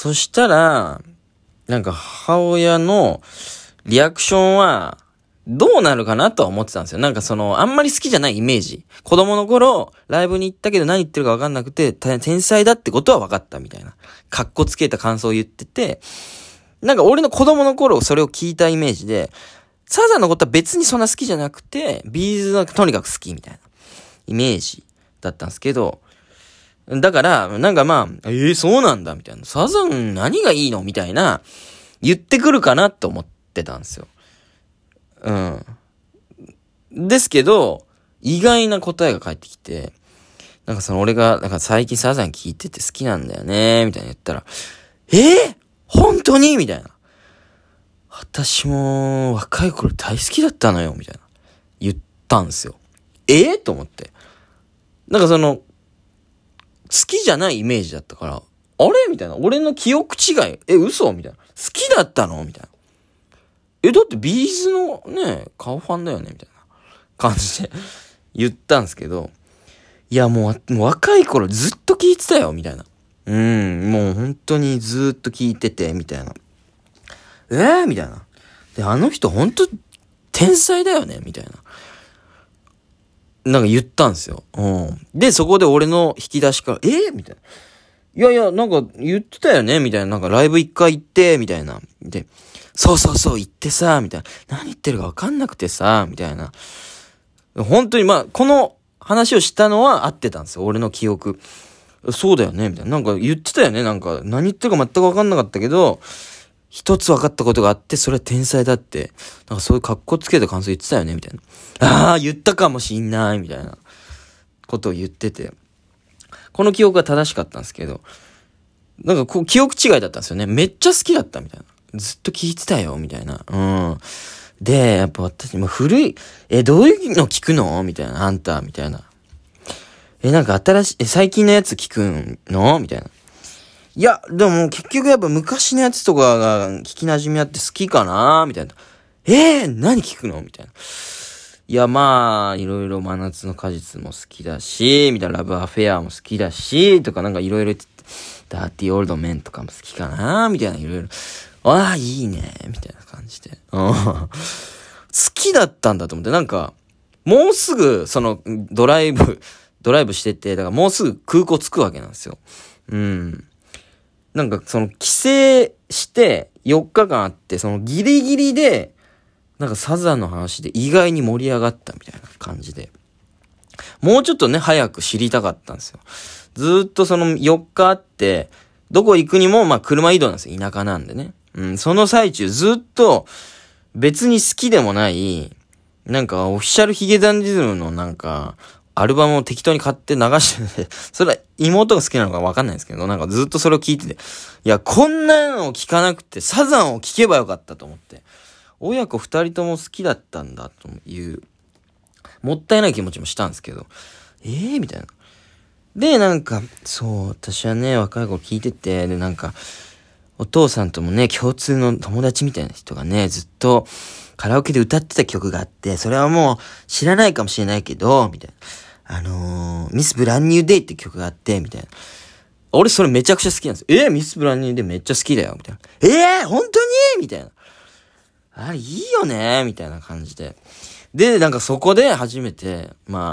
そしたら、なんか母親のリアクションはどうなるかなとは思ってたんですよ。なんかあんまり好きじゃないイメージ。子供の頃、ライブに行ったけど何言ってるか分かんなくて、天才だってことは分かったみたいな。かっこつけた感想を言ってて、なんか俺の子供の頃それを聞いたイメージで、サザンのことは別にそんな好きじゃなくて、ビーズがとにかく好きみたいなイメージだったんですけど、だから、なんかまあ、そうなんだみたいな。サザン何がいいのみたいな、言ってくるかなと思ってたんですよ。うん。ですけど、意外な答えが返ってきて、なんか俺が、なんか最近サザン聞いてて好きなんだよねみたいな言ったら、本当にみたいな。私も若い頃大好きだったのよみたいな。言ったんですよ。と思って。なんか好きじゃないイメージだったから、あれみたいな。俺の記憶違い。嘘みたいな。好きだったのみたいな。だってビーズのね、顔ファンだよねみたいな感じで言ったんですけど、いやもう若い頃ずっと聞いてたよみたいな。もう本当にずっと聞いてて、みたいな。みたいな。で、あの人本当天才だよねみたいな。なんか言ったんですよ。で、そこで俺の引き出しから、みたいな。いや、なんか言ってたよねみたいな。なんかライブ一回行って、みたいな。で、そう行ってさ、みたいな。何言ってるか分かんなくてさ、みたいな。本当にこの話をしたのは合ってたんですよ。俺の記憶。そうだよねみたいな。なんか言ってたよねなんか何言ってるか全く分かんなかったけど、一つ分かったことがあって、それは天才だって。なんかそういう格好つけた感想言ってたよねみたいな。言ったかもしんないみたいなことを言ってて。この記憶は正しかったんですけど、なんか記憶違いだったんですよね。めっちゃ好きだったみたいな。ずっと聞いてたよみたいな。で、やっぱ私も古い、どういうの聞くのみたいな。あんたみたいな。なんか最近のやつ聞くのみたいな。いや、でも結局やっぱ昔のやつとかが聞き馴染みあって好きかなみたいな。何聞くのみたいな。いや、いろいろ真夏の果実も好きだし、みたいなラブアフェアも好きだし、とかなんかいろいろダーティーオールドメンとかも好きかなみたいな、いろいろ。いいねみたいな感じで。好きだったんだと思って、なんか、もうすぐ、ドライブしてて、だからもうすぐ空港着くわけなんですよ。なんか帰省して4日間あって、ギリギリで、なんかサザンの話で意外に盛り上がったみたいな感じで。もうちょっとね、早く知りたかったんですよ。ずーっと4日あって、どこ行くにも車移動なんですよ。田舎なんでね。その最中ずっと別に好きでもない、なんかオフィシャルヒゲダンディズムのなんか、アルバムを適当に買って流してて、それは妹が好きなのかわかんないですけど、なんかずっとそれを聞いてて、いや、こんなのを聞かなくて、サザンを聞けばよかったと思って、親子二人とも好きだったんだという、もったいない気持ちもしたんですけど、みたいな。で、なんか、そう、私はね、若い頃聞いてて、で、なんか、お父さんともね、共通の友達みたいな人がね、ずっとカラオケで歌ってた曲があって、それはもう知らないかもしれないけど、みたいな。ミスブランニューデイって曲があって、みたいな。俺それめちゃくちゃ好きなんですよ。ミスブランニューデイめっちゃ好きだよ、みたいな。本当にみたいな。いいよねみたいな感じで。で、なんかそこで初めて、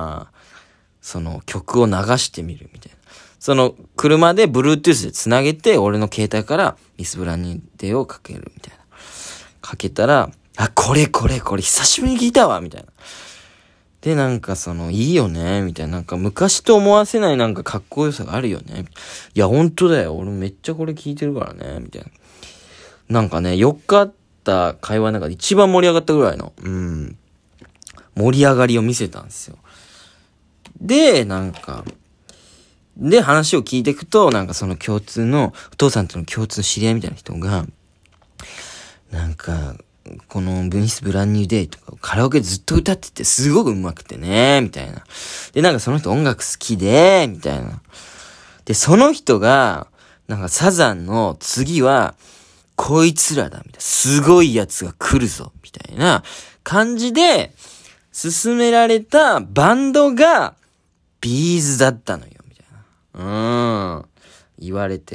曲を流してみるみたいな。車で Bluetooth で繋げて、俺の携帯からミスブランニューデイをかけるみたいな。かけたら、これ、久しぶりに聞いたわみたいな。で、なんかいいよねみたいな。なんか昔と思わせないなんかかっこよさがあるよね。いや、本当だよ。俺めっちゃこれ聞いてるからね。みたいな。なんかね、4日あった会話の中で一番盛り上がったぐらいの、盛り上がりを見せたんですよ。で、なんか、話を聞いていくと、なんか共通の、お父さんとの共通の知り合いみたいな人が、なんか、このミスブランニューデイとかカラオケずっと歌っててすごく上手くてね、みたいな。で、なんかその人音楽好きで、みたいな。で、その人が、なんかサザンの次は、こいつらだ、みたいな。すごいやつが来るぞ、みたいな感じで、勧められたバンドが、ビーズだったのよ、みたいな。言われて。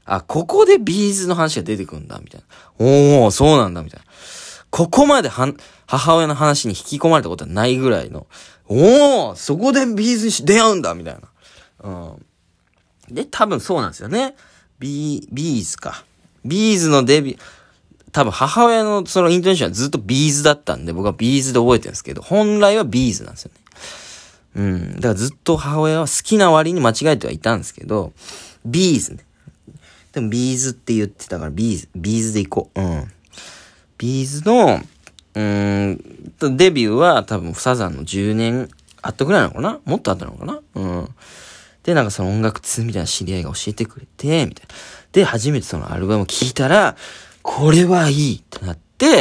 あ、ここでビーズの話が出てくるんだ、みたいな。おー、そうなんだ、みたいな。ここまで母親の話に引き込まれたことはないぐらいの、おー、そこでビーズに出会うんだ、みたいな。うん。で、多分そうなんですよね。ビーズか。ビーズのデビュー、多分母親のそのイントネーションはずっとビーズだったんで、僕はビーズで覚えてるんですけど、本来はビーズなんですよね。うん。だからずっと母親は好きな割に間違えてはいたんですけど、ビーズね。でもビーズって言ってたからビーズで行こう。うん。ビーズの、デビューは多分サザンの10年あったぐらいなのかな、もっとあったのかな。うん。で、なんかその音楽通みたいな知り合いが教えてくれて、みたいな。で、初めてそのアルバム聴いたら、これはいいってなって、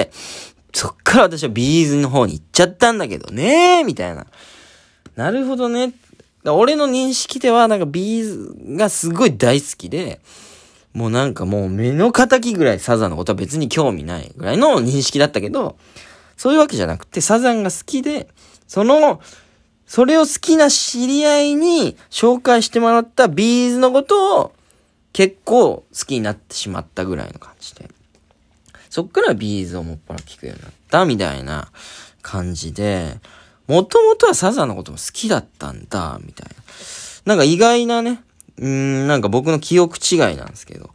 そっから私はビーズの方に行っちゃったんだけどね、みたいな。なるほどね。俺の認識ではなんかビーズがすごい大好きで、もうなんかもう目の敵ぐらいサザンのことは別に興味ないぐらいの認識だったけど、そういうわけじゃなくてサザンが好きで、それを好きな知り合いに紹介してもらったビーズのことを結構好きになってしまったぐらいの感じで。そっからビーズをもっぱら聞くようになったみたいな感じで、もともとはサザンのことも好きだったんだ、みたいな。なんか意外なね、なんか僕の記憶違いなんですけど、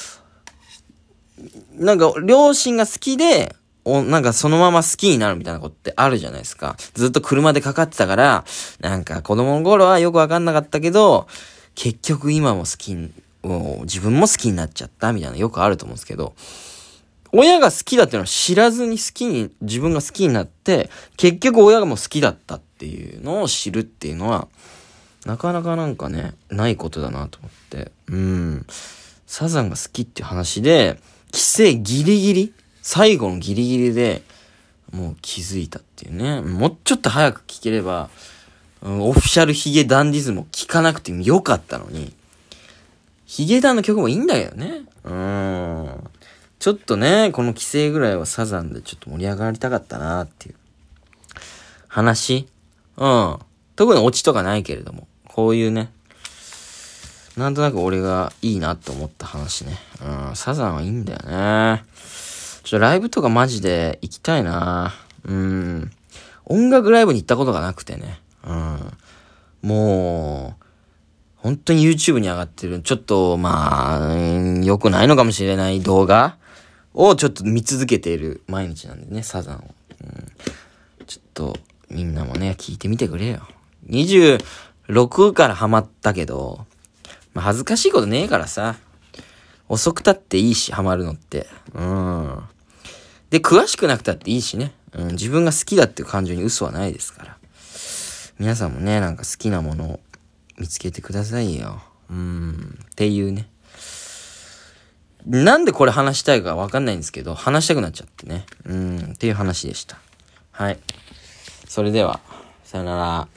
なんか両親が好きで、なんかそのまま好きになるみたいなことってあるじゃないですか。ずっと車でかかってたから、なんか子供の頃はよくわかんなかったけど、結局今も自分も好きになっちゃったみたいなよくあると思うんですけど、親が好きだっていうのは知らずに自分が好きになって、結局親がもう好きだったっていうのを知るっていうのは、なかなかなんかね、ないことだなと思って。サザンが好きっていう話で、帰省ギリギリ、最後のギリギリで、もう気づいたっていうね。もうちょっと早く聞ければ、オフィシャルヒゲダンディズムを聞かなくてもよかったのに、ヒゲダンの曲もいいんだけどね。ちょっとね、この帰省ぐらいはサザンでちょっと盛り上がりたかったなっていう話。特にオチとかないけれども、こういうね、なんとなく俺がいいなと思った話ね。サザンはいいんだよね。ちょっとライブとかマジで行きたいな。音楽ライブに行ったことがなくてね。もう、本当に YouTube に上がってる、ちょっと、良くないのかもしれない動画をちょっと見続けている毎日なんでね、サザンを。ちょっと、みんなもね、聞いてみてくれよ。26からハマったけど、恥ずかしいことねえからさ。遅くたっていいし、ハマるのって。で、詳しくなくたっていいしね。自分が好きだっていう感情に嘘はないですから。皆さんもね、なんか好きなものを見つけてくださいよ。っていうね。なんでこれ話したいかわかんないんですけど、話したくなっちゃってね。っていう話でした。はい。それでは、さよなら。